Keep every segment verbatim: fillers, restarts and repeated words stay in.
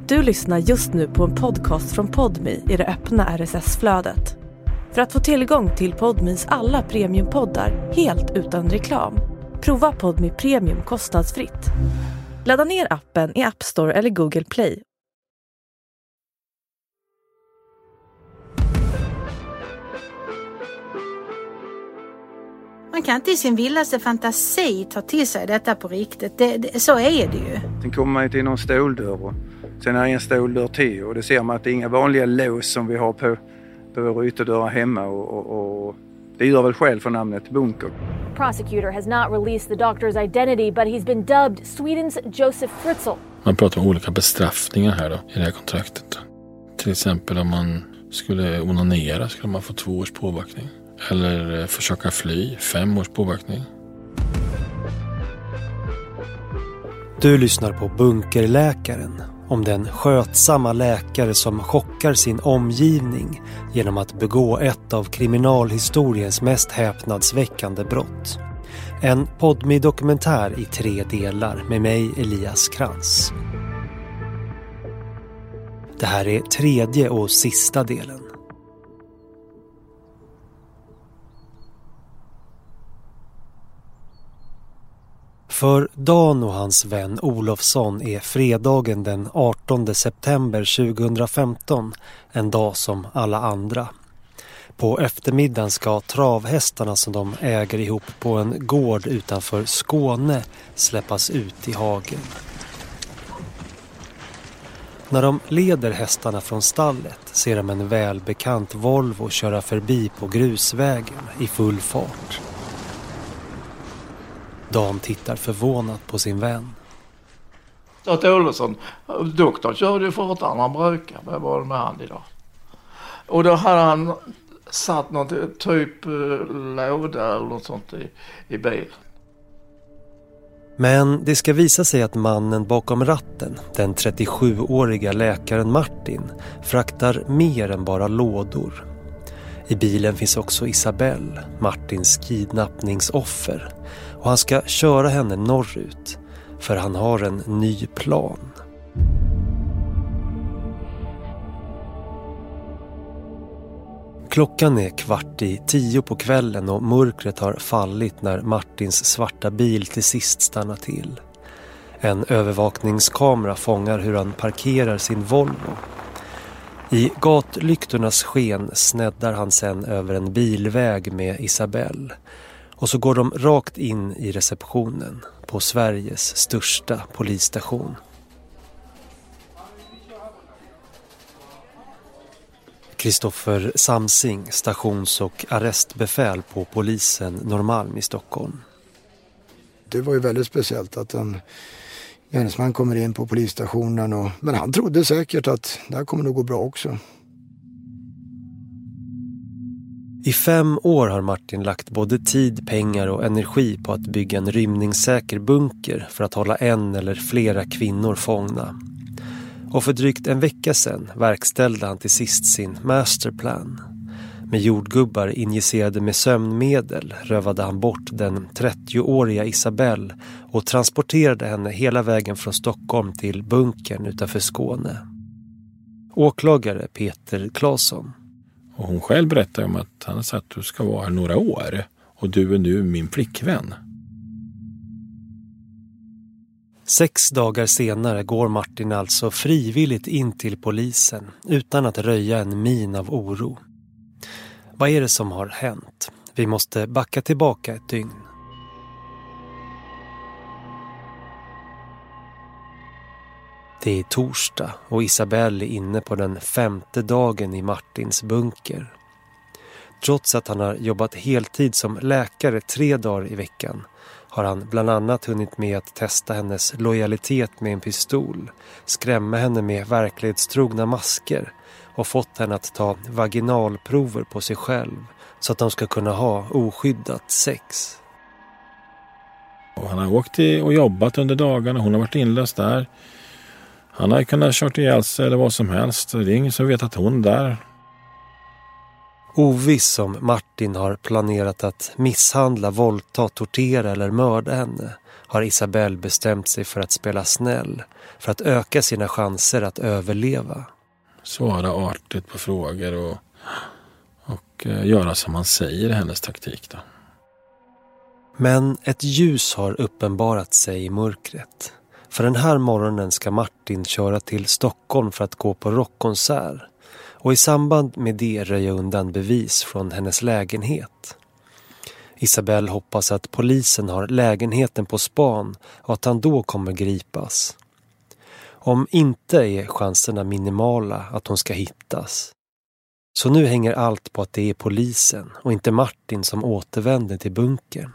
Du lyssnar just nu på en podcast från Podmi i det öppna R S S-flödet. För att få tillgång till Podmis alla premiumpoddar helt utan reklam, prova Podmi Premium kostnadsfritt. Ladda ner appen i App Store eller Google Play. Man kan inte i sin villaste fantasi ta till sig detta på riktigt. Det, det, så är det ju. Sen kommer man till någon ståldörr och sen är det en ståldörr till och det ser man att det är inga vanliga lås som vi har på, på våra ytterdörrar hemma och, och, och det gör väl själv för namnet bunker. Prosecutor has not released the doctor's identity, but he's been dubbed Sweden's Josef Fritzl. Man pratar om olika bestraffningar här då, i det här kontraktet. Till exempel om man skulle onanera skulle man få två års påbackning. Eller försöka fly, fem års påbackning. Du lyssnar på Bunkerläkaren, om den skötsamma läkare som chockar sin omgivning genom att begå ett av kriminalhistoriens mest häpnadsväckande brott. En Podmi-dokumentär i tre delar med mig, Elias Krantz. Det här är tredje och sista delen. För Dan och hans vän Olofsson är fredagen den artonde september tjugohundrafemton en dag som alla andra. På eftermiddagen ska travhästarna som de äger ihop på en gård utanför Skåne släppas ut i hagen. När de leder hästarna från stallet ser de en välbekant Volvo köra förbi på grusvägen i full fart. Dan tittar förvånat på sin vän. Så att Olofsson, doktorn körde ju för att han brukar. Vad var det med han idag? Och då hade han satt något typ låda eller något sånt i, i bilen. Men det ska visa sig att mannen bakom ratten, den trettiosjuåriga läkaren Martin, fraktar mer än bara lådor. I bilen finns också Isabelle, Martins kidnappningsoffer. Och han ska köra henne norrut, för han har en ny plan. Klockan är kvart i tio på kvällen och mörkret har fallit när Martins svarta bil till sist stannar till. En övervakningskamera fångar hur han parkerar sin Volvo. I gatlyktornas sken sneddar han sen över en bilväg med Isabelle. Och så går de rakt in i receptionen på Sveriges största polisstation. Kristoffer Samsing, stations- och arrestbefäl på polisen Norrmalm i Stockholm. Det var ju väldigt speciellt att en gärningsman kommer in på polisstationen. Och, men han trodde säkert att det här kommer nog gå bra också. I fem år har Martin lagt både tid, pengar och energi på att bygga en rymningssäker bunker för att hålla en eller flera kvinnor fångna. Och för drygt en vecka sedan verkställde han till sist sin masterplan. Med jordgubbar injicerade med sömnmedel rövade han bort den trettioåriga Isabelle och transporterade henne hela vägen från Stockholm till bunkern utanför Skåne. Åklagare Peter Claesson. Och hon själv berättar om att han har sagt att du ska vara här några år och du är nu min flickvän. Sex dagar senare går Martin alltså frivilligt in till polisen utan att röja en min av oro. Vad är det som har hänt? Vi måste backa tillbaka ett dygn. Det är torsdag och Isabelle är inne på den femte dagen i Martins bunker. Trots att han har jobbat heltid som läkare tre dagar i veckan har han bland annat hunnit med att testa hennes lojalitet med en pistol, skrämma henne med verklighetstrogna masker och fått henne att ta vaginalprover på sig själv så att de ska kunna ha oskyddat sex. Och han har åkt och jobbat under dagarna, hon har varit inlöst där. Han har kunnat kört ihjäl sig eller vad som helst. Det är ingen som vet att hon är där. Oviss om Martin har planerat att misshandla, våldta, tortera eller mörda henne har Isabelle bestämt sig för att spela snäll för att öka sina chanser att överleva. Svara artigt på frågor och, och eh, göra som man säger i hennes taktik då. Men ett ljus har uppenbarat sig i mörkret. För den här morgonen ska Martin köra till Stockholm för att gå på rockkonsert. Och i samband med det röja undan bevis från hennes lägenhet. Isabelle hoppas att polisen har lägenheten på span och att han då kommer gripas. Om inte är chanserna minimala att hon ska hittas. Så nu hänger allt på att det är polisen och inte Martin som återvänder till bunkern.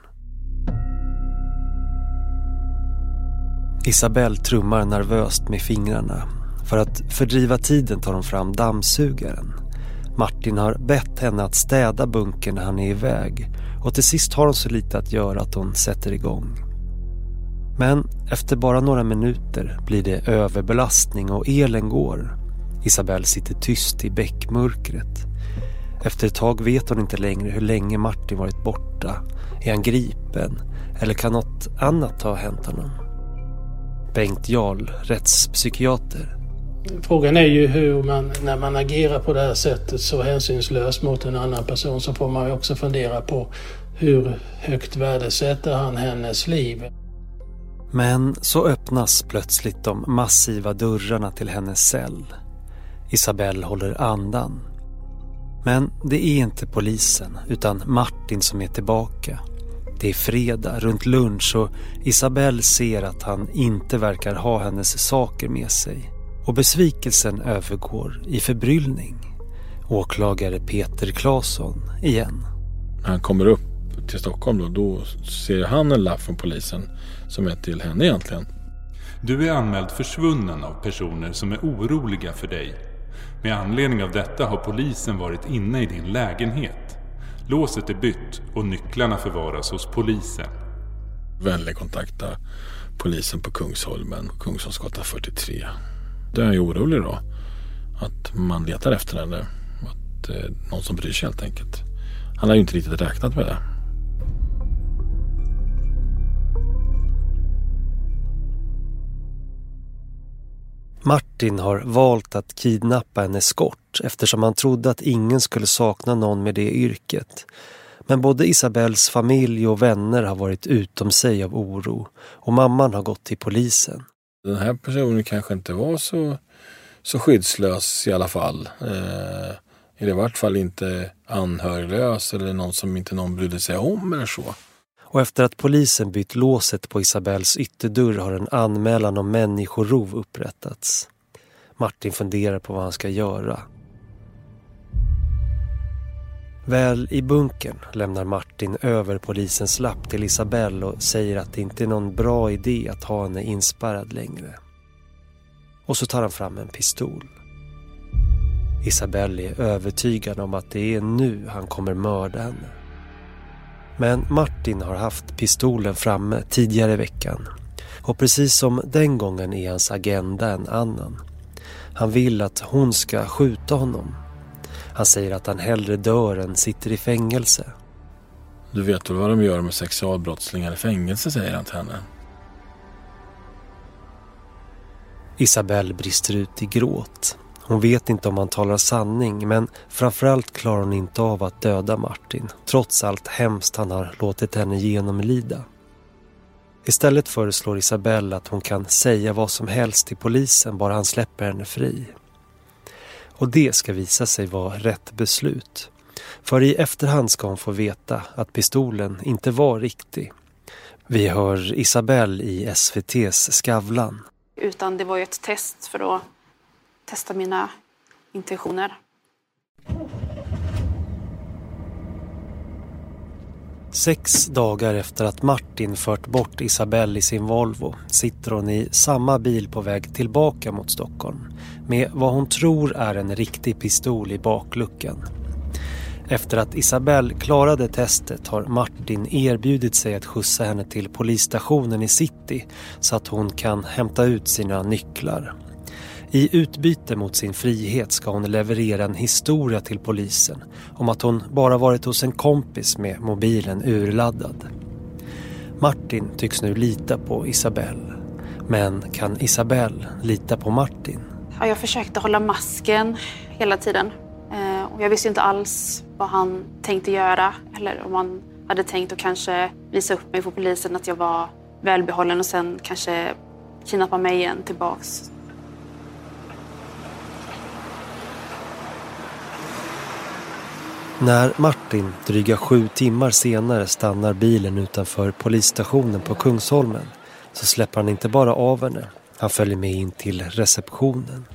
Isabelle trummar nervöst med fingrarna. För att fördriva tiden tar hon fram dammsugaren. Martin har bett henne att städa bunkern när han är iväg. Och till sist har hon så lite att göra att hon sätter igång. Men efter bara några minuter blir det överbelastning och elen går. Isabelle sitter tyst i bäckmörkret. Efter ett tag vet hon inte längre hur länge Martin varit borta. Är han gripen? Eller kan något annat ha hänt honom? Bengt Jarl, rättspsykiater. Frågan är ju hur man, när man agerar på det här sättet så hänsynslöst mot en annan person, så får man ju också fundera på hur högt värdesätter han hennes liv. Men så öppnas plötsligt de massiva dörrarna till hennes cell. Isabelle håller andan. Men det är inte polisen utan Martin som är tillbaka. Det är fredag runt lunch och Isabelle ser att han inte verkar ha hennes saker med sig. Och besvikelsen övergår i förbryllning. Åklagare Peter Claesson igen. När han kommer upp till Stockholm då, då ser han en lapp från polisen som är till henne egentligen. Du är anmäld försvunnen av personer som är oroliga för dig. Med anledning av detta har polisen varit inne i din lägenhet. Låset är bytt och nycklarna förvaras hos polisen. Väldigt kontakta polisen på Kungsholmen, Kungsholmsgatan fyrtiotre. Då är jag orolig då. Att man letar efter henne. Att eh, någon som bryr sig helt enkelt. Han har ju inte riktigt räknat med det. Martin har valt att kidnappa en eskort eftersom han trodde att ingen skulle sakna någon med det yrket. Men både Isabelles familj och vänner har varit utom sig av oro och mamman har gått till polisen. Den här personen kanske inte var så, så skyddslös i alla fall. Eh, är det i vart fall inte anhöriglös eller någon som inte någon brydde sig om eller så. Och efter att polisen bytt låset på Isabelles ytterdörr har en anmälan om människorov upprättats. Martin funderar på vad han ska göra. Väl i bunkern lämnar Martin över polisens lapp till Isabelle och säger att det inte är någon bra idé att ha henne inspärrad längre. Och så tar han fram en pistol. Isabelle är övertygad om att det är nu han kommer mörda henne. Men Martin har haft pistolen framme tidigare i veckan. Och precis som den gången är hans agenda en annan. Han vill att hon ska skjuta honom. Han säger att han hellre dör än sitter i fängelse. Du vet väl vad de gör med sexualbrottslingar i fängelse, säger han till henne. Isabelle brister ut i gråt. Hon vet inte om han talar sanning, men framförallt klarar hon inte av att döda Martin, trots allt hemskt han har låtit henne genomlida. Istället föreslår Isabelle att hon kan säga vad som helst till polisen bara han släpper henne fri. Och det ska visa sig vara rätt beslut. För i efterhand ska hon få veta att pistolen inte var riktig. Vi hör Isabelle i S V T:s Skavlan. Utan det var ju ett test för att testa mina intentioner. Sex dagar efter att Martin fört bort Isabelle i sin Volvo sitter hon i samma bil på väg tillbaka mot Stockholm med vad hon tror är en riktig pistol i bakluckan. Efter att Isabelle klarade testet har Martin erbjudit sig att skjutsa henne till polisstationen i city så att hon kan hämta ut sina nycklar. I utbyte mot sin frihet ska hon leverera en historia till polisen om att hon bara varit hos en kompis med mobilen urladdad. Martin tycks nu lita på Isabelle. Men kan Isabelle lita på Martin? Ja, jag försökte hålla masken hela tiden. Eh, och jag visste inte alls vad han tänkte göra. Eller om han hade tänkt att kanske visa upp mig för polisen att jag var välbehållen och sen kanske kidnappa mig igen tillbaks. När Martin dryga sju timmar senare stannar bilen utanför polisstationen på Kungsholmen så släpper han inte bara av henne. Han följer med in till receptionen.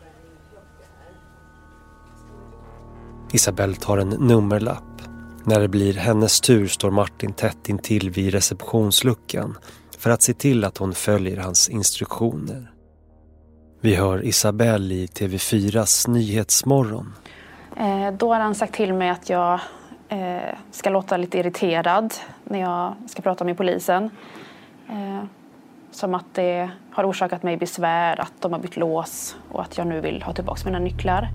Isabelle tar en nummerlapp. När det blir hennes tur står Martin tätt intill vid receptionsluckan för att se till att hon följer hans instruktioner. Vi hör Isabelle i T V fyras Nyhetsmorgon. Eh, då har han sagt till mig att jag eh, ska låta lite irriterad när jag ska prata med polisen. Eh, som att det har orsakat mig besvär, att de har bytt lås och att jag nu vill ha tillbaka mina nycklar.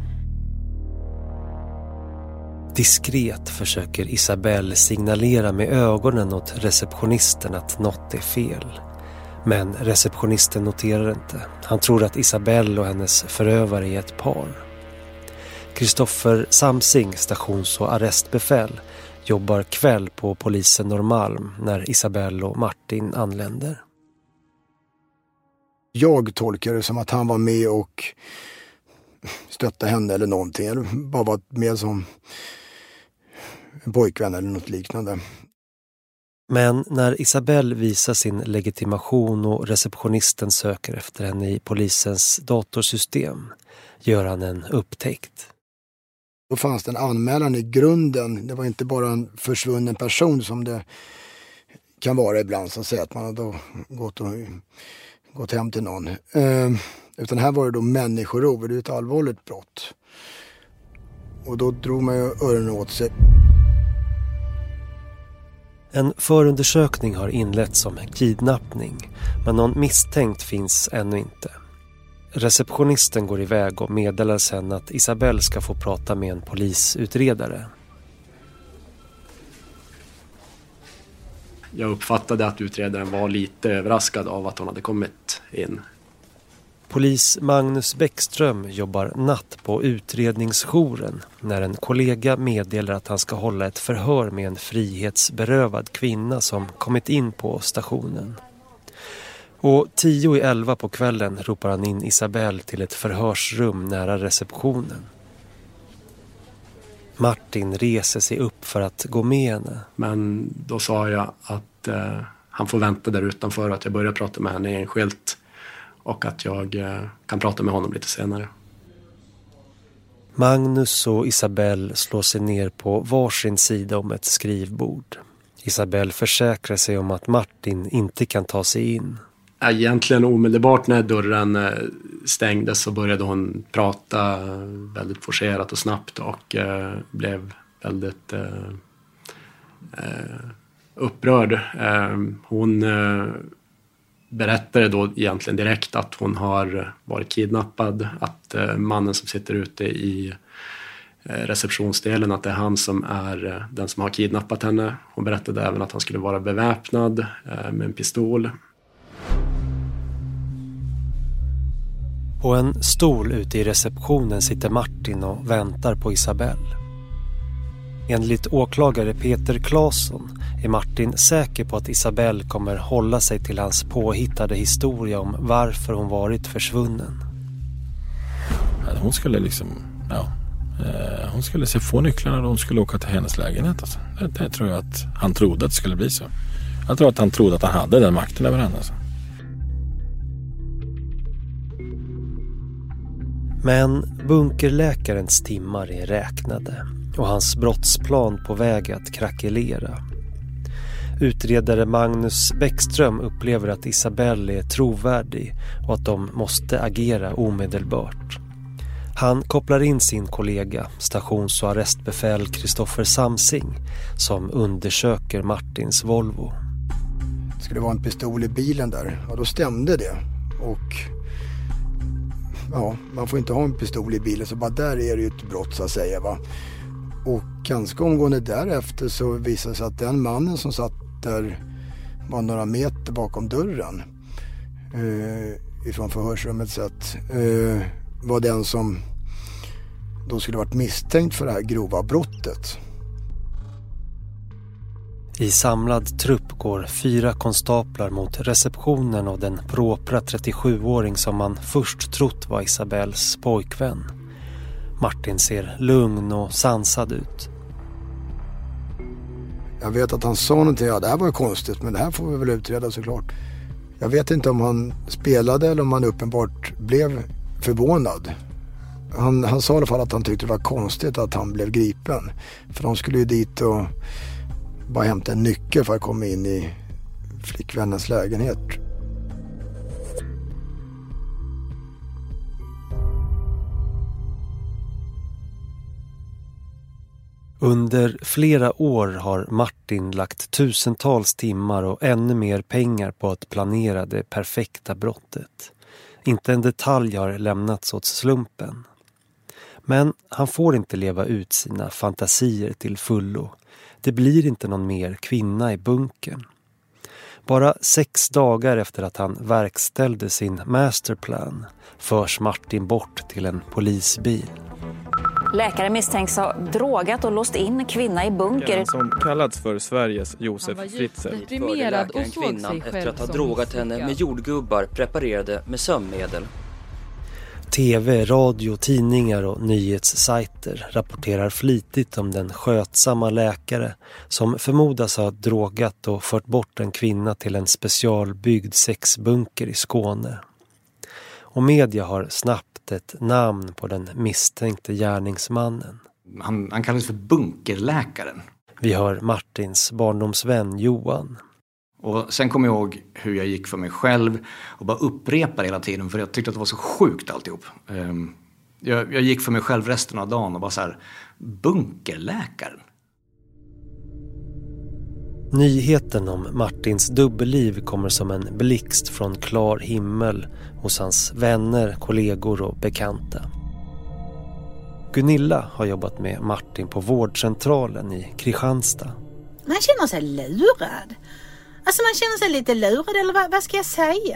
Diskret försöker Isabelle signalera med ögonen åt receptionisten att något är fel. Men receptionisten noterar inte. Han tror att Isabelle och hennes förövare är ett par. Kristoffer Samsing, stations- och arrestbefäl, jobbar kväll på polisen Norrmalm när Isabelle och Martin anländer. Jag tolkar det som att han var med och stöttade henne eller någonting. Eller bara var med som en pojkvän eller något liknande. Men när Isabelle visar sin legitimation och receptionisten söker efter henne i polisens datorsystem gör han en upptäckt. Då fanns det en anmälan i grunden. Det var inte bara en försvunnen person som det kan vara ibland, så att säga, att man har då gått, och, gått hem till någon. Eh, utan här var det då människorov, det är ett allvarligt brott. Och då drog man ju öronen åt sig. En förundersökning har inletts som kidnappning, men någon misstänkt finns ännu inte. Receptionisten går iväg och meddelar sen att Isabelle ska få prata med en polisutredare. Jag uppfattade att utredaren var lite överraskad av att hon hade kommit in. Polis Magnus Bäckström jobbar natt på utredningsjouren när en kollega meddelar att han ska hålla ett förhör med en frihetsberövad kvinna som kommit in på stationen. Och tio i elva på kvällen ropar han in Isabelle till ett förhörsrum nära receptionen. Martin reser sig upp för att gå med henne. Men då sa jag att eh, han får vänta där utanför, att jag börjar prata med henne enskilt och att jag eh, kan prata med honom lite senare. Magnus och Isabelle slår sig ner på varsin sida om ett skrivbord. Isabelle försäkrar sig om att Martin inte kan ta sig in. Egentligen omedelbart när dörren stängdes så började hon prata väldigt forcerat och snabbt och eh, blev väldigt eh, eh, upprörd. Eh, hon eh, berättade då egentligen direkt att hon har varit kidnappad, att eh, mannen som sitter ute i eh, receptionsdelen, att det är han som är eh, den som har kidnappat henne. Hon berättade även att han skulle vara beväpnad eh, med en pistol. På en stol ute i receptionen sitter Martin och väntar på Isabelle. Enligt åklagare Peter Claesson är Martin säker på att Isabelle kommer hålla sig till hans påhittade historia om varför hon varit försvunnen. Hon skulle liksom, ja, hon skulle se få nycklarna och hon skulle åka till hennes lägenhet. Alltså. Det, det tror jag att han trodde att det skulle bli så. Jag tror att han trodde att han hade den makten över henne. Alltså. Men bunkerläkarens timmar är räknade och hans brottsplan på väg att krackelera. Utredare Magnus Bäckström upplever att Isabelle är trovärdig och att de måste agera omedelbart. Han kopplar in sin kollega, stations- och arrestbefäl Kristoffer Samsing, som undersöker Martins Volvo. Det skulle vara en pistol i bilen där, och då stämde det. Och ja, man får inte ha en pistol i bilen, så bara där är det ju ett brott, så att säga, va. Och ganska omgående därefter så visade det sig att den mannen som satt där bara några meter bakom dörren eh, ifrån förhörsrummet sett eh, var den som då skulle varit misstänkt för det här grova brottet. I samlad trupp går fyra konstaplar mot receptionen av den propra trettiosjuåring som man först trott var Isabells pojkvän. Martin ser lugn och sansad ut. Jag vet att han sa någonting, ja det här var ju konstigt men det här får vi väl utreda såklart. Jag vet inte om han spelade eller om han uppenbart blev förvånad. Han, han sa i alla fall att han tyckte det var konstigt att han blev gripen. För de skulle ju dit och bara hämta en nyckel för att komma in i flickvännens lägenhet. Under flera år har Martin lagt tusentals timmar och ännu mer pengar på att planera det perfekta brottet. Inte en detalj har lämnats åt slumpen. Men han får inte leva ut sina fantasier till fullo. Det blir inte någon mer kvinna i bunkern. Bara sex dagar efter att han verkställde sin masterplan förs Martin bort till en polisbil. Läkare misstänks ha drogat och låst in kvinna i bunker. Som kallats för Sveriges Josef Fritzl. Deprimerad och såg kvinnan sig själv efter att ha drogat henne med jordgubbar preparerade med sömnmedel. T V, radio, tidningar och nyhetssajter rapporterar flitigt om den skötsamma läkare som förmodas ha drogat och fört bort en kvinna till en specialbyggd sexbunker i Skåne. Och media har snabbt ett namn på den misstänkte gärningsmannen. Han, han kallas för bunkerläkaren. Vi hör Martins barndomsvän Johan. Och sen kommer jag ihåg hur jag gick för mig själv och bara upprepade hela tiden för jag tyckte att det var så sjukt alltihop. Jag, jag gick för mig själv resten av dagen och bara så här, bunkerläkaren. Nyheten om Martins dubbelliv kommer som en blixt från klar himmel hos hans vänner, kollegor och bekanta. Gunilla har jobbat med Martin på vårdcentralen i Kristianstad. Man känner sig lurad. Alltså man känner sig lite lurad, eller vad, vad ska jag säga?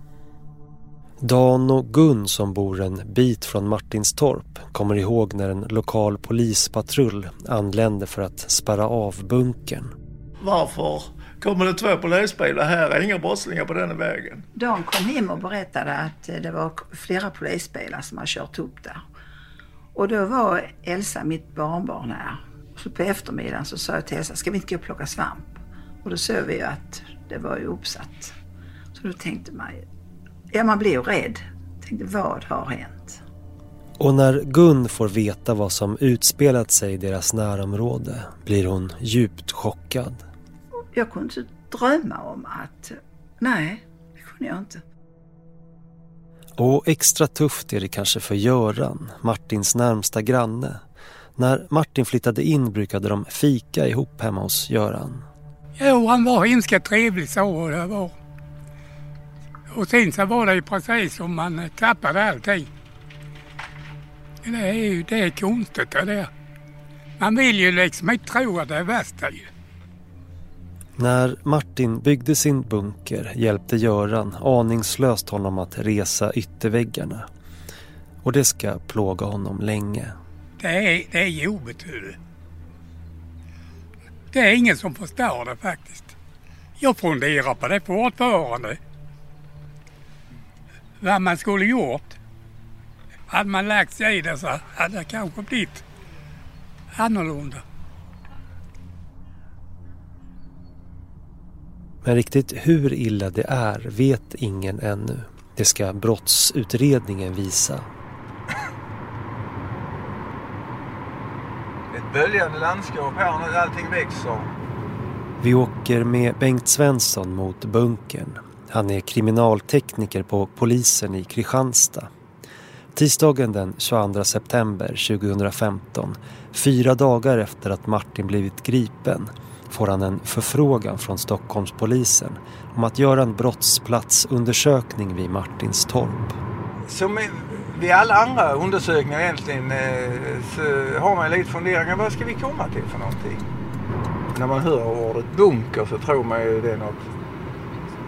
Dan och Gun som bor en bit från Martinstorp kommer ihåg när en lokal polispatrull anlände för att spärra av bunkern. Varför kommer det två polisbilar här? Är inga brottslingar på den vägen? De kom hem och berättade att det var flera polisbilar som har kört upp där. Och då var Elsa, mitt barnbarn, här. Så på eftermiddagen så sa jag till Elsa, ska vi inte gå och plocka svamp? Och då såg vi ju att det var ju uppsatt. Så då tänkte man, ja man blev rädd. Tänkte, vad har hänt? Och när Gun får veta vad som utspelat sig i deras närområde blir hon djupt chockad. Jag kunde inte drömma om att, nej, det kunde jag inte. Och extra tufft är det kanske för Göran, Martins närmsta granne. När Martin flyttade in brukade de fika ihop hemma hos Göran. Jo, han var hemskt trevlig så det var. Och sen så var det ju precis som man tappade allting. Det är ju det är konstigt det där. Man vill ju liksom inte tro att det är värsta ju. När Martin byggde sin bunker hjälpte Göran aningslöst honom att resa ytterväggarna. Och det ska plåga honom länge. Det är, det är jobbigt. Det är ingen som förstår det faktiskt. Jag funderar på det fortfarande. Vad man skulle gjort. Hade man lagt sig i det så hade det kanske blivit annorlunda. Men riktigt hur illa det är vet ingen ännu. Det ska brottsutredningen visa. Ett böljande landskap här när allting växer. Vi åker med Bengt Svensson mot bunkern. Han är kriminaltekniker på polisen i Kristianstad. Tisdagen den tjugoandra september tjugohundrafemton, fyra dagar efter att Martin blivit gripen, får han en förfrågan från Stockholmspolisen om att göra en brottsplatsundersökning vid Martinstorp. Som vid alla andra undersökningar egentligen så har man lite funderingar, vad ska vi komma till för någonting? När man hör ordet bunker så tror man ju det är något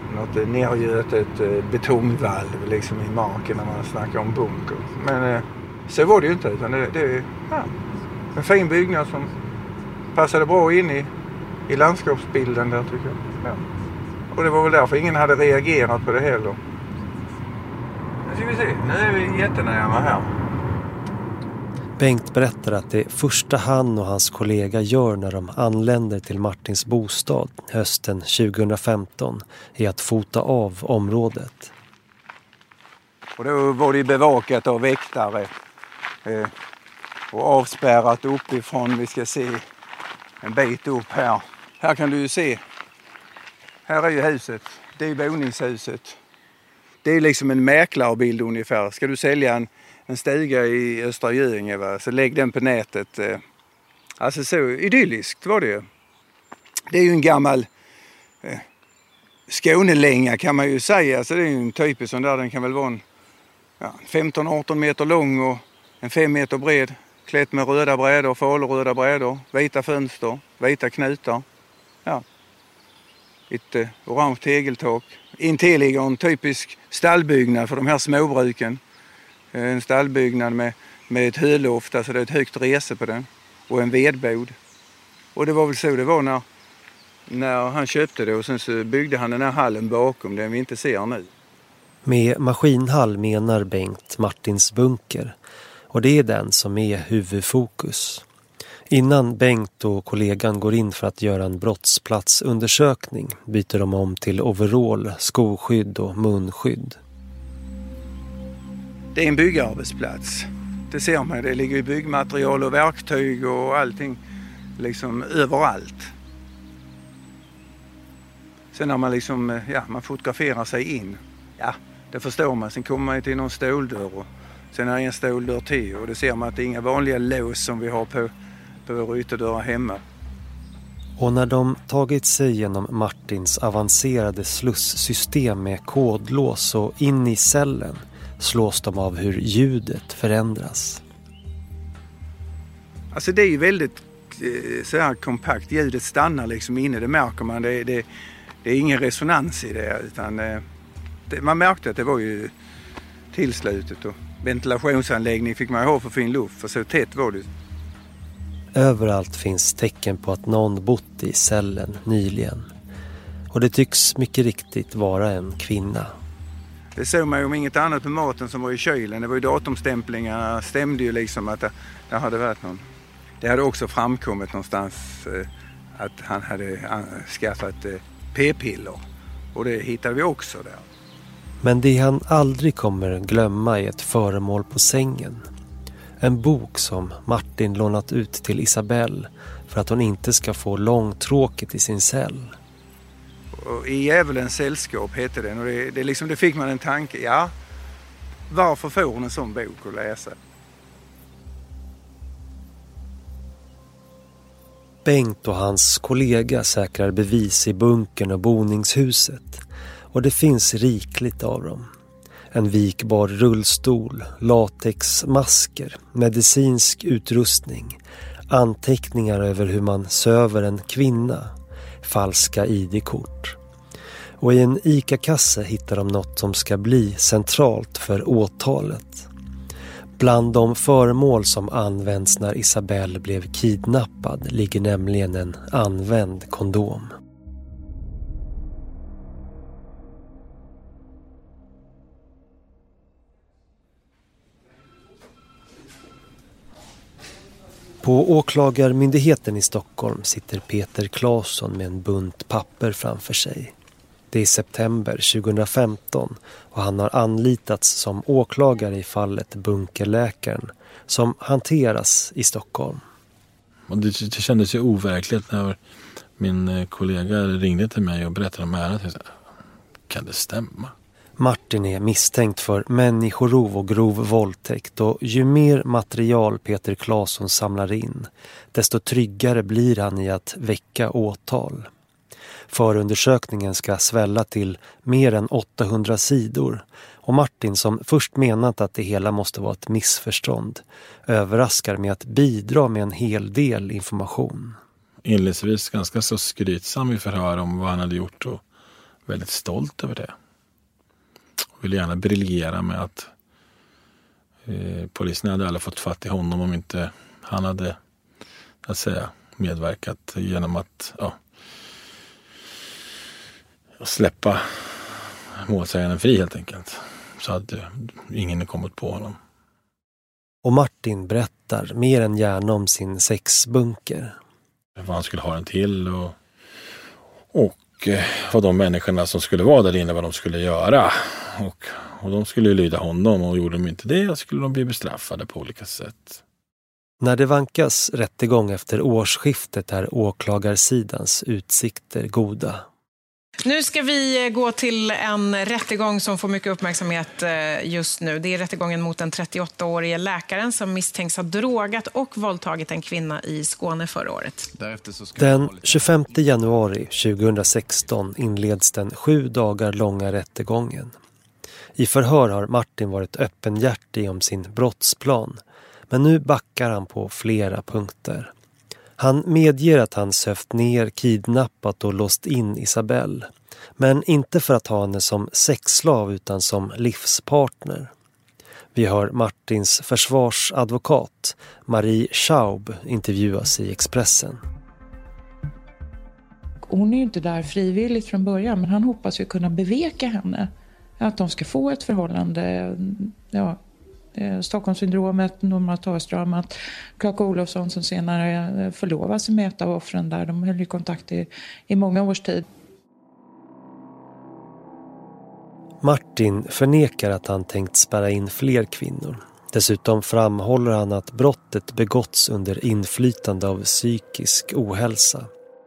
något nergjutet betongvalv liksom i marken när man snackar om bunker. Men eh, så var det ju inte, utan det, det är ja, en fin byggnad som passade bra in i, i landskapsbilden där, tycker jag. Ja. Och det var väl därför ingen hade reagerat på det heller. Nu ska vi se, nu är vi jättenära här. Bengt berättar att det första han och hans kollega gör när de anländer till Martins bostad hösten tjugohundrafemton är att fota av området. Och då var det bevakat av väktare eh, och avspärrat uppifrån. Vi ska se en bit upp här. Här kan du ju se. Här är ju huset. Det är boningshuset. Det är liksom en mäklarbild ungefär. Ska du sälja en, en stuga i Östra Göinge, va? Så lägg den på nätet. Alltså så idylliskt var det ju. Det är ju en gammal eh, Skånelänga kan man ju säga. Alltså det är ju en typisk sån där. Den kan väl vara en ja, femton arton meter lång och en fem meter bred. Klätt med röda brädor, falröda brädor, vita fönster, vita knutar. Ja. Ett eh, orange tegeltak. Intill ligger en typisk stallbyggnad för de här småbruken. En stallbyggnad med, med ett höloft, alltså det är ett högt rese på den. Och en vedbod. Och det var väl så det var när, när han köpte det, och sen så byggde han den här hallen bakom, den vi inte ser nu. Med maskinhall menar Bengt Martins bunker. Och det är den som är huvudfokus. Innan Bengt och kollegan går in för att göra en brottsplatsundersökning byter de om till overall, skoskydd och munskydd. Det är en byggarbetsplats. Det ser man, det ligger ju byggmaterial och verktyg och allting liksom överallt. Sen när man liksom, ja, man fotograferar sig in, ja, det förstår man. Sen kommer man till någon ståldörr och sen är det en ståldörr till, och det ser man att det är inga vanliga lås som vi har på på våra ytterdörrar hemma. Och när de tagit sig genom Martins avancerade slusssystem med kodlås och in i cellen slås de av hur ljudet förändras. Alltså det är ju väldigt eh, så här kompakt. Ljudet stannar liksom inne, det märker man. Det, det, det är ingen resonans i det, utan eh, det, man märkte att det var ju tillslutet, och ventilationsanläggning fick man ha för fin luft, för så tätt var det. Överallt finns tecken på att någon bott i cellen nyligen. Och det tycks mycket riktigt vara en kvinna. Det såg man ju om inget annat på maten som var i kylen. Det var ju datumstämplingarna, stämde ju liksom att det, det hade varit någon. Det hade också framkommit någonstans eh, att han hade uh, skaffat eh, p-piller. Och det hittade vi också där. Men det han aldrig kommer glömma är ett föremål på sängen. En bok som Martin lånat ut till Isabelle för att hon inte ska få långtråkigt i sin cell. Och I djävulens sällskap heter den, och det, det, liksom, det fick man en tanke. Ja, varför får hon en sån bok att läsa? Bengt och hans kollega säkrar bevis i bunkern och boningshuset. Och det finns rikligt av dem. En vikbar rullstol, latexmasker, medicinsk utrustning, anteckningar över hur man söver en kvinna, falska I D-kort. Och i en ICA-kasse hittar de något som ska bli centralt för åtalet. Bland de föremål som används när Isabelle blev kidnappad ligger nämligen en använd kondom. På åklagarmyndigheten i Stockholm sitter Peter Claesson med en bunt papper framför sig. Det är september tjugohundrafemton och han har anlitats som åklagare i fallet Bunkerläkaren som hanteras i Stockholm. Och det, det kändes ju overkligt när min kollega ringde till mig och berättade om ärendet. Kan det stämma? Martin är misstänkt för människorov och grov våldtäkt, och ju mer material Peter Claesson samlar in, desto tryggare blir han i att väcka åtal. Förundersökningen ska svälla till mer än åttahundra sidor, och Martin, som först menat att det hela måste vara ett missförstånd, överraskar med att bidra med en hel del information. Inledningsvis ganska så skrytsam i förhör om vad han hade gjort och väldigt stolt över det. Och ville gärna briljera med att eh, polisen hade aldrig fått fatt i honom om inte han hade, att säga, medverkat genom att ja, släppa målsäganden fri helt enkelt. Så att eh, ingen kommit på honom. Och Martin berättar mer än gärna om sin sexbunker. Vad han skulle ha den till och, och eh, vad de människorna som skulle vara där inne, vad de skulle göra. Och, och de skulle ju lyda honom, och gjorde de inte det skulle de bli bestraffade på olika sätt. När det vankas rättegång efter årsskiftet är åklagarsidans utsikter goda. Nu ska vi gå till en rättegång som får mycket uppmärksamhet just nu. Det är rättegången mot den trettioåttaårige läkaren som misstänks ha drogat och våldtagit en kvinna i Skåne förra året. Den tjugofemte januari tjugohundrasexton inleds den sju dagar långa rättegången. I förhör har Martin varit öppenhjärtig om sin brottsplan, men nu backar han på flera punkter. Han medger att han sövt ner, kidnappat och låst in Isabelle. Men inte för att ha henne som sexslav utan som livspartner. Vi hör Martins försvarsadvokat Marie Schaub intervjuas i Expressen. Hon är ju inte där frivilligt från början, men han hoppas ju kunna beveka henne. Att de ska få ett förhållande, ja... Stockholmssyndromet, Norma Törström, Clark Olofsson som senare förlovade sig med ett av offren där. De höll ju kontakt i, i många års tid. Martin förnekar att han tänkt spärra in fler kvinnor. Dessutom framhåller han att brottet begåtts under inflytande av psykisk ohälsa.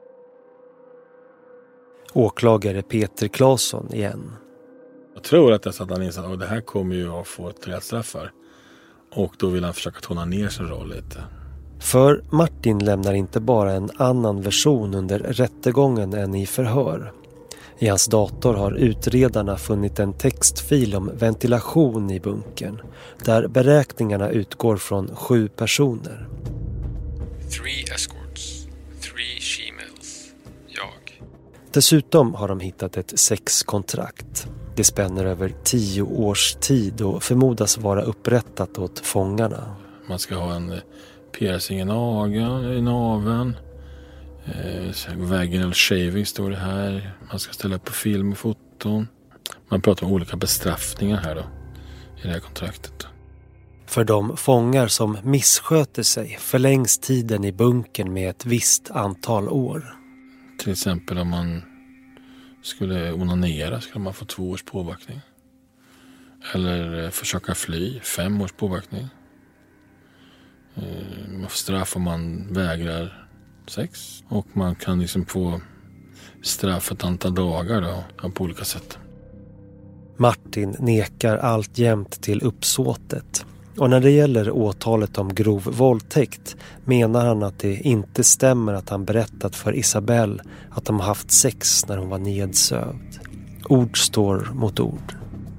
Åklagare Peter Claesson igen. Jag tror att, att han inser att det här kommer ju att få ett rejält straff för. Och då vill han försöka tona ner sin roll lite. För Martin lämnar inte bara en annan version under rättegången än i förhör. I hans dator har utredarna funnit en textfil om ventilation i bunkern. Där beräkningarna utgår från sju personer. Three escorts, three she-males, jag. Dessutom har de hittat ett sexkontrakt. Det spänner över tio års tid och förmodas vara upprättat åt fångarna. Man ska ha en piercing i nageln, i naveln. Eh, vaginal shaving står det här. Man ska ställa upp på film och foton. Man pratar om olika bestraffningar här då, i det här kontraktet. För de fångar som missköter sig förlängs tiden i bunkern med ett visst antal år. Till exempel om man skulle onanera skulle man få två års påbackning. Eller försöka fly, fem års påbackning. Man får straff om man vägrar sex. Och man kan liksom få straff ett antal dagar då, på olika sätt. Martin nekar alltjämt till uppsåtet. Och när det gäller åtalet om grov våldtäkt menar han att det inte stämmer att han berättat för Isabelle att de haft sex när hon var nedsövd. Ord står mot ord.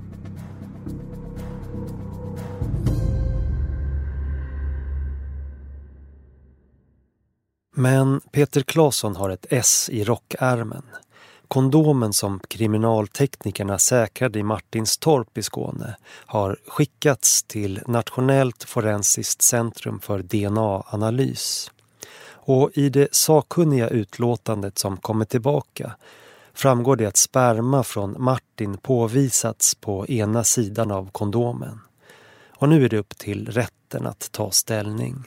Men Peter Claesson har ett S i rockärmen. Kondomen som kriminalteknikerna säkrade i Martinstorp i Skåne har skickats till Nationellt forensiskt centrum för D N A-analys. Och i det sakkunniga utlåtandet som kommer tillbaka framgår det att sperma från Martin påvisats på ena sidan av kondomen. Och nu är det upp till rätten att ta ställning.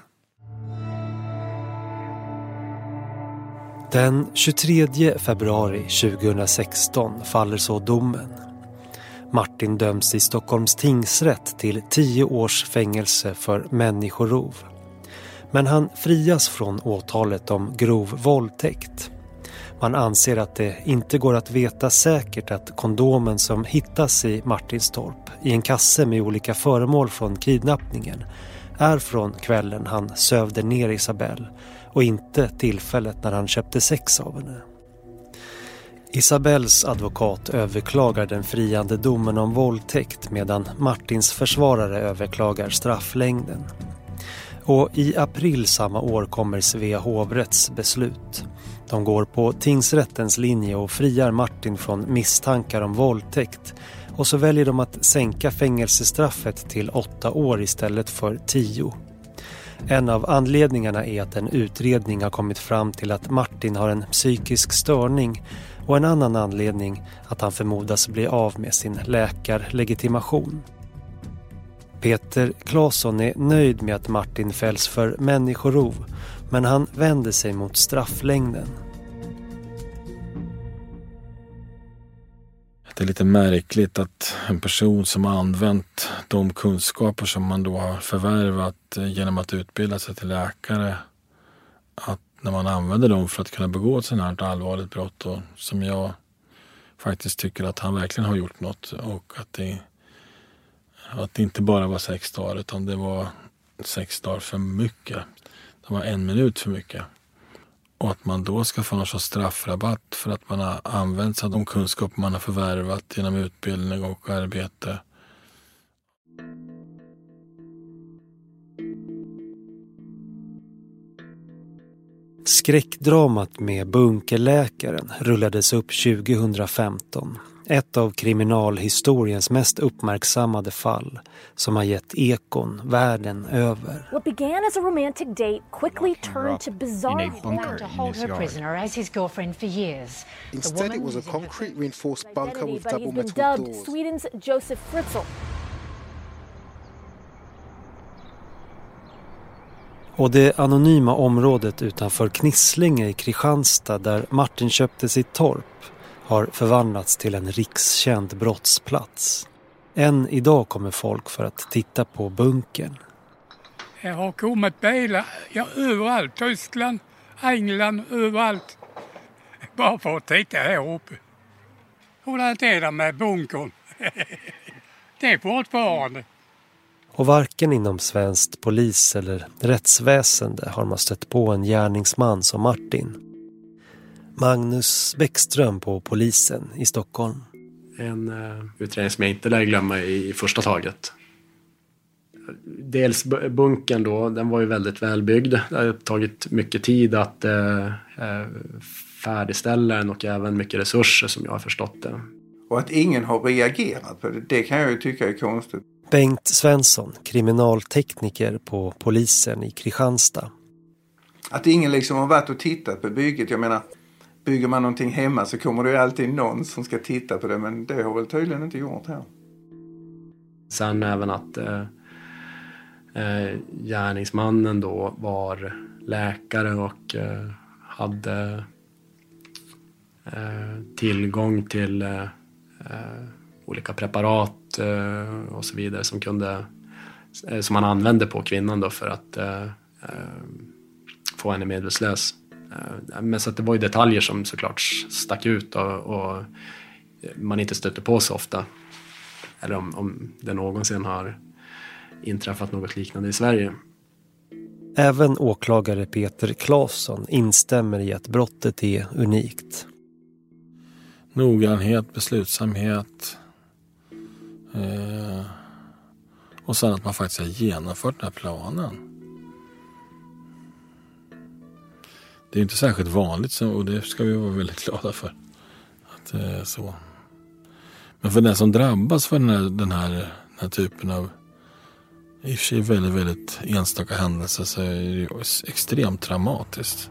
Den tjugotredje februari tjugohundrasexton faller så domen. Martin döms i Stockholms tingsrätt till tio års fängelse för människorov. Men han frias från åtalet om grov våldtäkt. Man anser att det inte går att veta säkert att kondomen som hittas i Martinstorp i en kasse med olika föremål från kidnappningen är från kvällen han sövde ner Isabelle och inte tillfället när han köpte sex av henne. Isabelles advokat överklagar den friande domen om våldtäkt medan Martins försvarare överklagar strafflängden. Och i april samma år kommer Svea hovrätts beslut. De går på tingsrättens linje och friar Martin från misstankar om våldtäkt. Och så väljer de att sänka fängelsestraffet till åtta år istället för tio. En av anledningarna är att en utredning har kommit fram till att Martin har en psykisk störning och en annan anledning att han förmodas bli av med sin läkarlegitimation. Peter Claesson är nöjd med att Martin fälls för människorov, men han vänder sig mot strafflängden. Det är lite märkligt att en person som har använt de kunskaper som man då har förvärvat genom att utbilda sig till läkare, att när man använder dem för att kunna begå ett sådant här allvarligt brott, och som jag faktiskt tycker att han verkligen har gjort något, och att det, att det inte bara var sex dagar utan det var sex dagar för mycket. Det var en minut för mycket. Och att man då ska få någon sorts straffrabatt för att man har använt sig av de kunskaper man har förvärvat genom utbildning och arbete. Skräckdramat med bunkerläkaren rullades upp tjugohundrafemton. Ett av kriminalhistoriens mest uppmärksammade fall som har gett ekon världen över. What began as a romantic date quickly turned to bizarre bunker to hold her prisoner as his girlfriend for years. Instead it was a concrete reinforced bunker with double metal doors. Sweden's Josef Fritzl. Och det anonyma området utanför Knislinge i Kristianstad där Martin köpte sitt torp har förvandlats till en rikskänd brottsplats. Än idag kommer folk för att titta på bunkern. Det har kommit bilar, ja, överallt. Tyskland, England, överallt. Bara för att titta här uppe. Och det är det med bunkern. Det är fortfarande. Och varken inom svenskt polis eller rättsväsende har man stött på en gärningsman som Martin. Magnus Bäckström på polisen i Stockholm. En uh, utredning som jag inte lär glömma i första taget. Dels bunkern då, den var ju väldigt välbyggd. Det har tagit mycket tid att uh, färdigställa den och även mycket resurser som jag har förstått det. Och att ingen har reagerat på det, det kan jag ju tycka är konstigt. Bengt Svensson, kriminaltekniker på polisen i Kristianstad. Att ingen liksom har varit och tittat på bygget. Jag menar, bygger man någonting hemma så kommer det ju alltid någon som ska titta på det. Men det har väl tydligen inte gjort här. Sen även att eh, eh, gärningsmannen då var läkare och eh, hade eh, tillgång till eh, olika preparat eh, och så vidare som kunde eh, som man använde på kvinnan då för att eh, eh, få henne medvetslös. Eh, men så att det var ju detaljer som såklart stack ut och, och man inte stötte på så ofta. Eller om, om det någonsin har inträffat något liknande i Sverige. Även åklagare Peter Claesson instämmer i att brottet är unikt. Noggrannhet, beslutsamhet eh, och sen att man faktiskt har genomfört den här planen. Det är inte särskilt vanligt och det ska vi vara väldigt glada för. Att, eh, så. Men för den som drabbas för den här, den här, den här typen av i och för sig väldigt, väldigt enstaka händelser så är det ju extremt dramatiskt.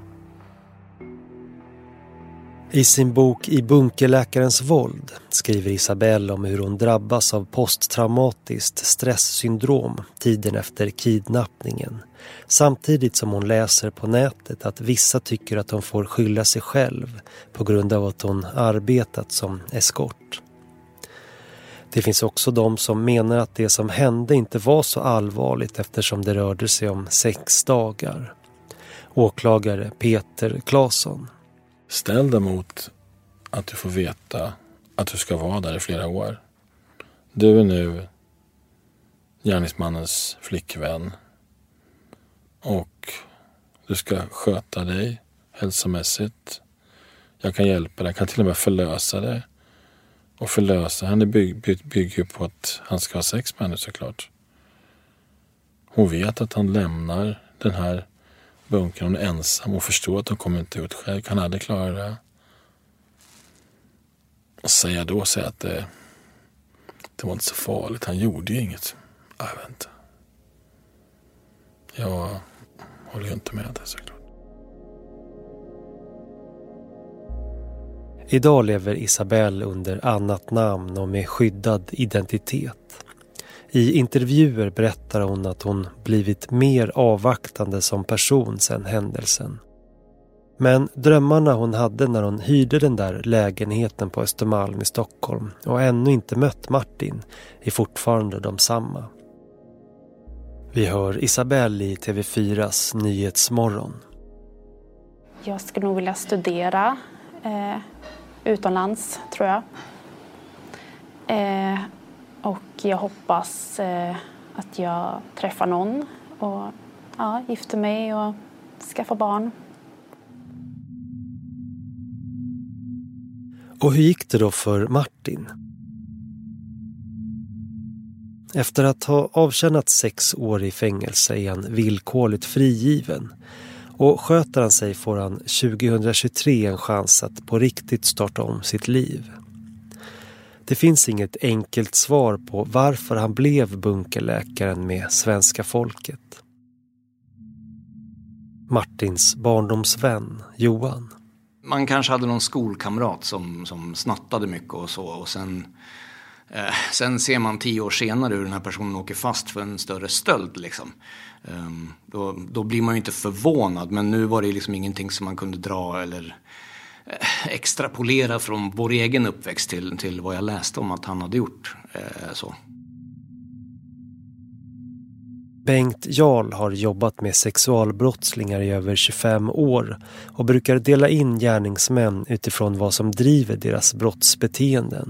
I sin bok I bunkerläkarens våld skriver Isabelle om hur hon drabbas av posttraumatiskt stresssyndrom tiden efter kidnappningen. Samtidigt som hon läser på nätet att vissa tycker att hon får skylla sig själv på grund av att hon arbetat som eskort. Det finns också de som menar att det som hände inte var så allvarligt eftersom det rörde sig om sex dagar. Åklagare Peter Claesson. Ställ dig mot att du får veta att du ska vara där i flera år. Du är nu gärningsmannens flickvän. Och du ska sköta dig hälsomässigt. Jag kan hjälpa dig, jag kan till och med förlösa dig. Och förlösa henne bygger bygg på att han ska ha sex med henne såklart. Hon vet att han lämnar den här bunkern. Hon är ensam och förstår att hon kommer inte ut själv. Kan aldrig klara det. Och säga då säga att det, det var inte så farligt. Han gjorde ju inget. Jag vet inte. Jag håller ju inte med det såklart. Idag lever Isabelle under annat namn och med skyddad identitet. I intervjuer berättar hon att hon blivit mer avvaktande som person sedan händelsen. Men drömmarna hon hade när hon hyrde den där lägenheten på Östermalm i Stockholm och ännu inte mött Martin är fortfarande de samma. Vi hör Isabelle i T V fyras Nyhetsmorgon. Jag skulle nog vilja studera eh, utomlands, tror jag. Eh, och jag hoppas eh, att jag träffar någon och ja, gifter mig och skaffar barn. Och hur gick det då för Martin? Efter att ha avtjänat sex år i fängelse är han villkorligt frigiven. Och sköter han sig får han tjugohundratjugotre en chans att på riktigt starta om sitt liv. Det finns inget enkelt svar på varför han blev bunkerläkaren med svenska folket. Martins barndomsvän Johan. Man kanske hade någon skolkamrat som, som snattade mycket och så. Och sen, eh, sen ser man tio år senare hur den här personen åker fast för en större stöld. Liksom. Um, då, då blir man ju inte förvånad. Men nu var det liksom ingenting som man kunde dra eller eh, extrapolera från vår egen uppväxt till, till vad jag läste om att han hade gjort. Eh, så. Bengt Jarl har jobbat med sexualbrottslingar i över tjugofem år och brukar dela in gärningsmän utifrån vad som driver deras brottsbeteenden.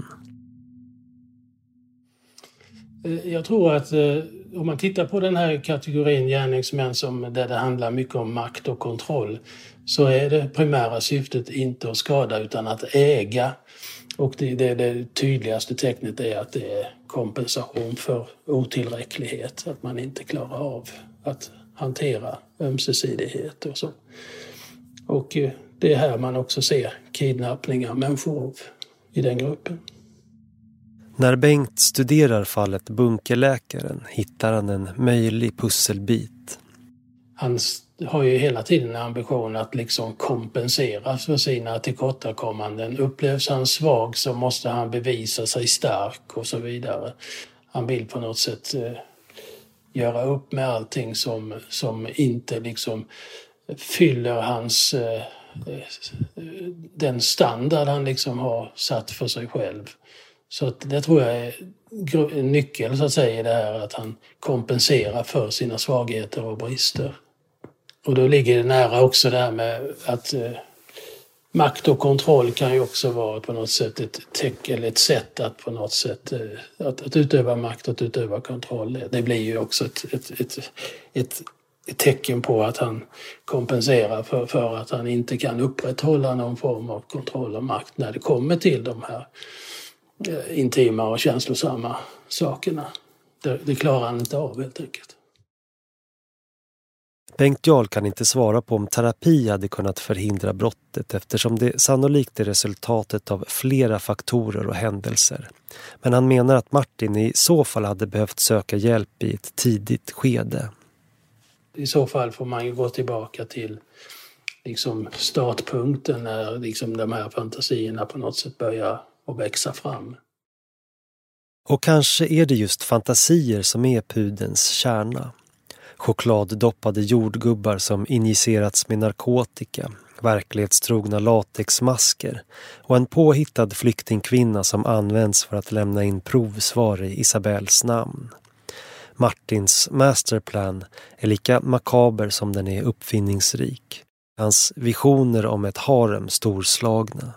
Jag tror att eh, om man tittar på den här kategorin gärningsmän som, där det handlar mycket om makt och kontroll, så är det primära syftet inte att skada utan att äga. Och det, det, det tydligaste tecknet är att det är kompensation för otillräcklighet. Att man inte klarar av att hantera ömsesidighet och så. Och det är här man också ser kidnappningar av människor i den gruppen. När Bengt studerar fallet bunkerläkaren hittar han en möjlig pusselbit. Han har ju hela tiden en ambition att liksom kompensera för sina tillkortakommanden. Upplevs han svag så måste han bevisa sig stark och så vidare. Han vill på något sätt eh, göra upp med allting som, som inte liksom fyller hans, eh, den standard han liksom har satt för sig själv. Så att det tror jag är en nyckel så att säga i det här, att han kompenserar för sina svagheter och brister. Och då ligger det nära också det här med att eh, makt och kontroll kan ju också vara på något sätt ett teck, eller ett sätt att på något sätt eh, att, att utöva makt och att utöva kontroll. Det blir ju också ett, ett, ett, ett, ett tecken på att han kompenserar för, för att han inte kan upprätthålla någon form av kontroll och makt när det kommer till de här eh, intima och känslosamma sakerna. Det, det klarar han inte av helt enkelt. Bengt Jarl kan inte svara på om terapi hade kunnat förhindra brottet eftersom det sannolikt är resultatet av flera faktorer och händelser. Men han menar att Martin i så fall hade behövt söka hjälp i ett tidigt skede. I så fall får man ju gå tillbaka till liksom startpunkten när liksom de här fantasierna på något sätt börjar att växa fram. Och kanske är det just fantasier som är pudelns kärna. Chokladdoppade jordgubbar som injicerats med narkotika, verklighetstrogna latexmasker och en påhittad flyktingkvinna som används för att lämna in provsvar i Isabelles namn. Martins masterplan är lika makaber som den är uppfinningsrik. Hans visioner om ett harem storslagna.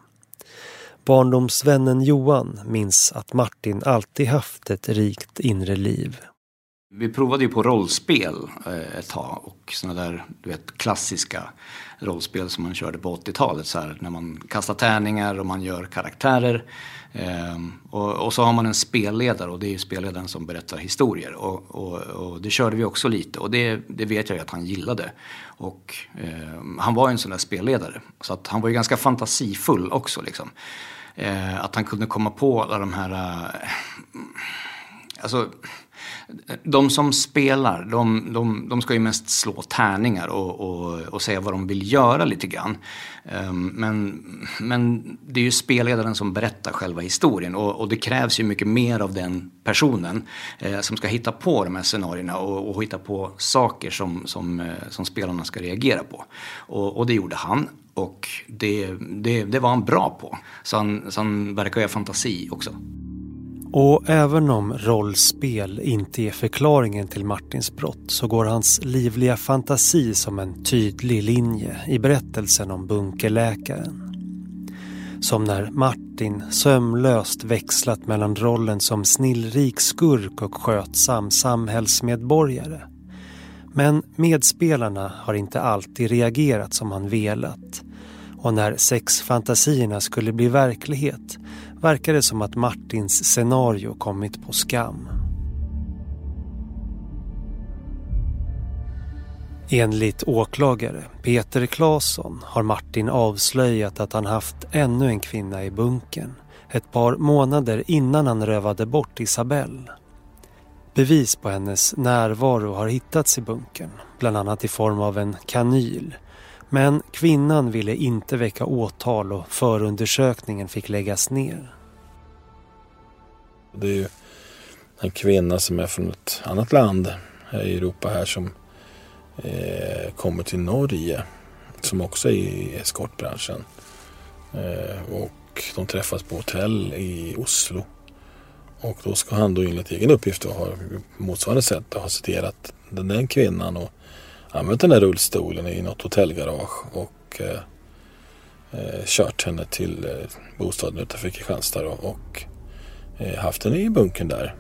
Barndomsvännen Johan minns att Martin alltid haft ett rikt inre liv. Vi provade ju på rollspel ett tag och sådana där, du vet, klassiska rollspel som man körde på åttiotalet så här, när man kastar tärningar och man gör karaktärer. Ehm, och, och så har man en spelledare och det är ju spelledaren som berättar historier och, och, och det körde vi också lite och det, det vet jag ju att han gillade och ehm, han var en sån där spelledare så att han var ju ganska fantasifull också liksom. Ehm, att han kunde komma på alla de här äh, alltså de som spelar, de, de, de ska ju mest slå tärningar och, och, och säga vad de vill göra lite grann. Um, men, men det är ju spelledaren som berättar själva historien och, och det krävs ju mycket mer av den personen eh, som ska hitta på de här scenarierna och, och hitta på saker som, som, eh, som spelarna ska reagera på. Och, och det gjorde han och det, det, det var han bra på. Så han, så han verkar ju ha fantasi också. Och även om rollspel inte är förklaringen till Martins brott så går hans livliga fantasi som en tydlig linje i berättelsen om bunkerläkaren. Som när Martin sömlöst växlat mellan rollen som snillrik skurk och skötsam samhällsmedborgare. Men medspelarna har inte alltid reagerat som han velat. Och när sexfantasierna skulle bli verklighet verkar det som att Martins scenario kommit på skam. Enligt åklagare Peter Claesson har Martin avslöjat att han haft ännu en kvinna i bunkern ett par månader innan han rövade bort Isabelle. Bevis på hennes närvaro har hittats i bunkern, bland annat i form av en kanyl. Men kvinnan ville inte väcka åtal och förundersökningen fick läggas ner. Det är ju en kvinna som är från ett annat land här i Europa här som eh, kommer till Norge. Som också är i eskortbranschen. Eh, och de träffas på hotell i Oslo. Och då ska han då enligt egen uppgift ha motsvarande sätt ha citerat den, den kvinnan och använt den där rullstolen i något hotellgarage och eh, eh, kört henne till eh, bostaden utanför Kristianstad och, och eh, haft henne i bunkern där.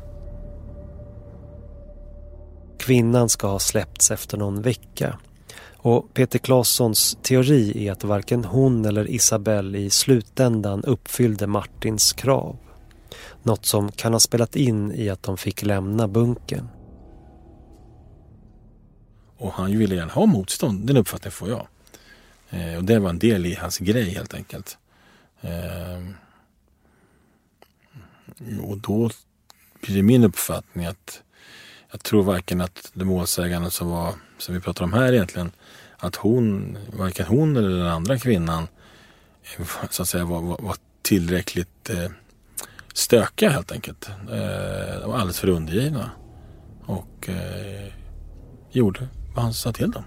Kvinnan ska ha släppts efter någon vecka och Peter Claessons teori är att varken hon eller Isabelle i slutändan uppfyllde Martins krav. Något som kan ha spelat in i att de fick lämna bunkern. Och han ville gärna ha motstånd, den uppfattningen får jag. Eh, och det var en del i hans grej helt enkelt. Eh, och då blir det min uppfattning att jag tror varken att det målsägande som var, som vi pratar om här egentligen, att hon, varken hon eller den andra kvinnan så att säga var, var, var tillräckligt eh, stökiga helt enkelt. Eh, de var alldeles för undergivna. Och eh, gjorde vad han sa till dem.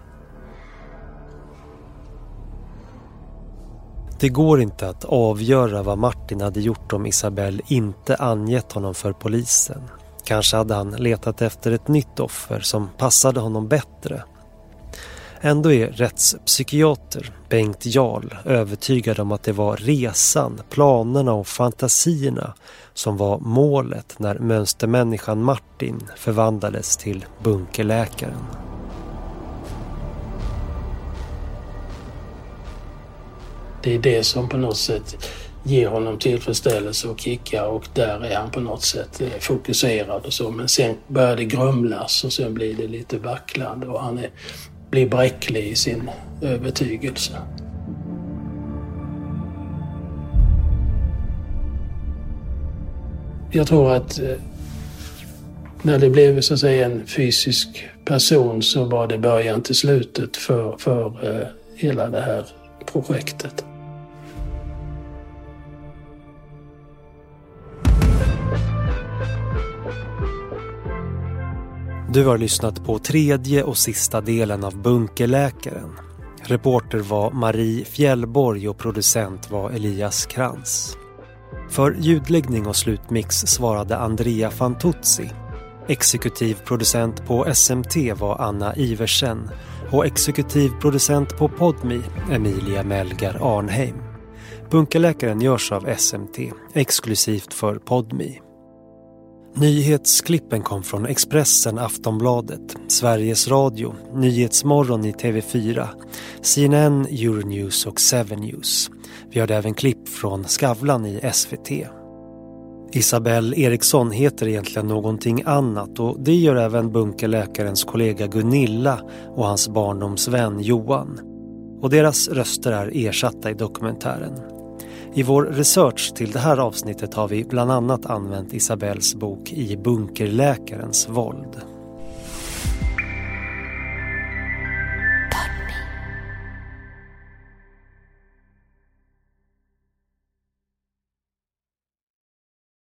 Det går inte att avgöra vad Martin hade gjort om Isabelle inte angett honom för polisen. Kanske hade han letat efter ett nytt offer som passade honom bättre. Ändå är rättspsykiater Bengt Jarl övertygad om att det var resan, planerna och fantasierna som var målet när mönstermänniskan Martin förvandlades till bunkerläkaren. Det är det som på något sätt ger honom tillfredsställelse och kickar och där är han på något sätt fokuserad och så. Men sen börjar det grumlas och sen blir det lite vacklande och han är, blir bräcklig i sin övertygelse. Jag tror att när det blev så att säga en fysisk person så var det början till slutet för, för uh, hela det här projektet. Du har lyssnat på tredje och sista delen av Bunkerläkaren. Reporter var Marie Fjällborg och producent var Elias Krantz. För ljudläggning och slutmix svarade Andrea Fantuzzi. Exekutiv producent på S M T var Anna Iversen och exekutiv producent på Podme Emilia Melgar Arnheim. Bunkerläkaren görs av S M T exklusivt för Podme. Nyhetsklippen kom från Expressen, Aftonbladet, Sveriges Radio, Nyhetsmorgon i T V fyra, C N N, Euronews och Seven News. Vi hörde även klipp från Skavlan i S V T. Isabelle Eriksson heter egentligen någonting annat och det gör även bunkerläkarens kollega Gunilla och hans barndomsvän Johan. Och deras röster är ersatta i dokumentären. I vår research till det här avsnittet har vi bland annat använt Isabelles bok I bunkerläkarens våld.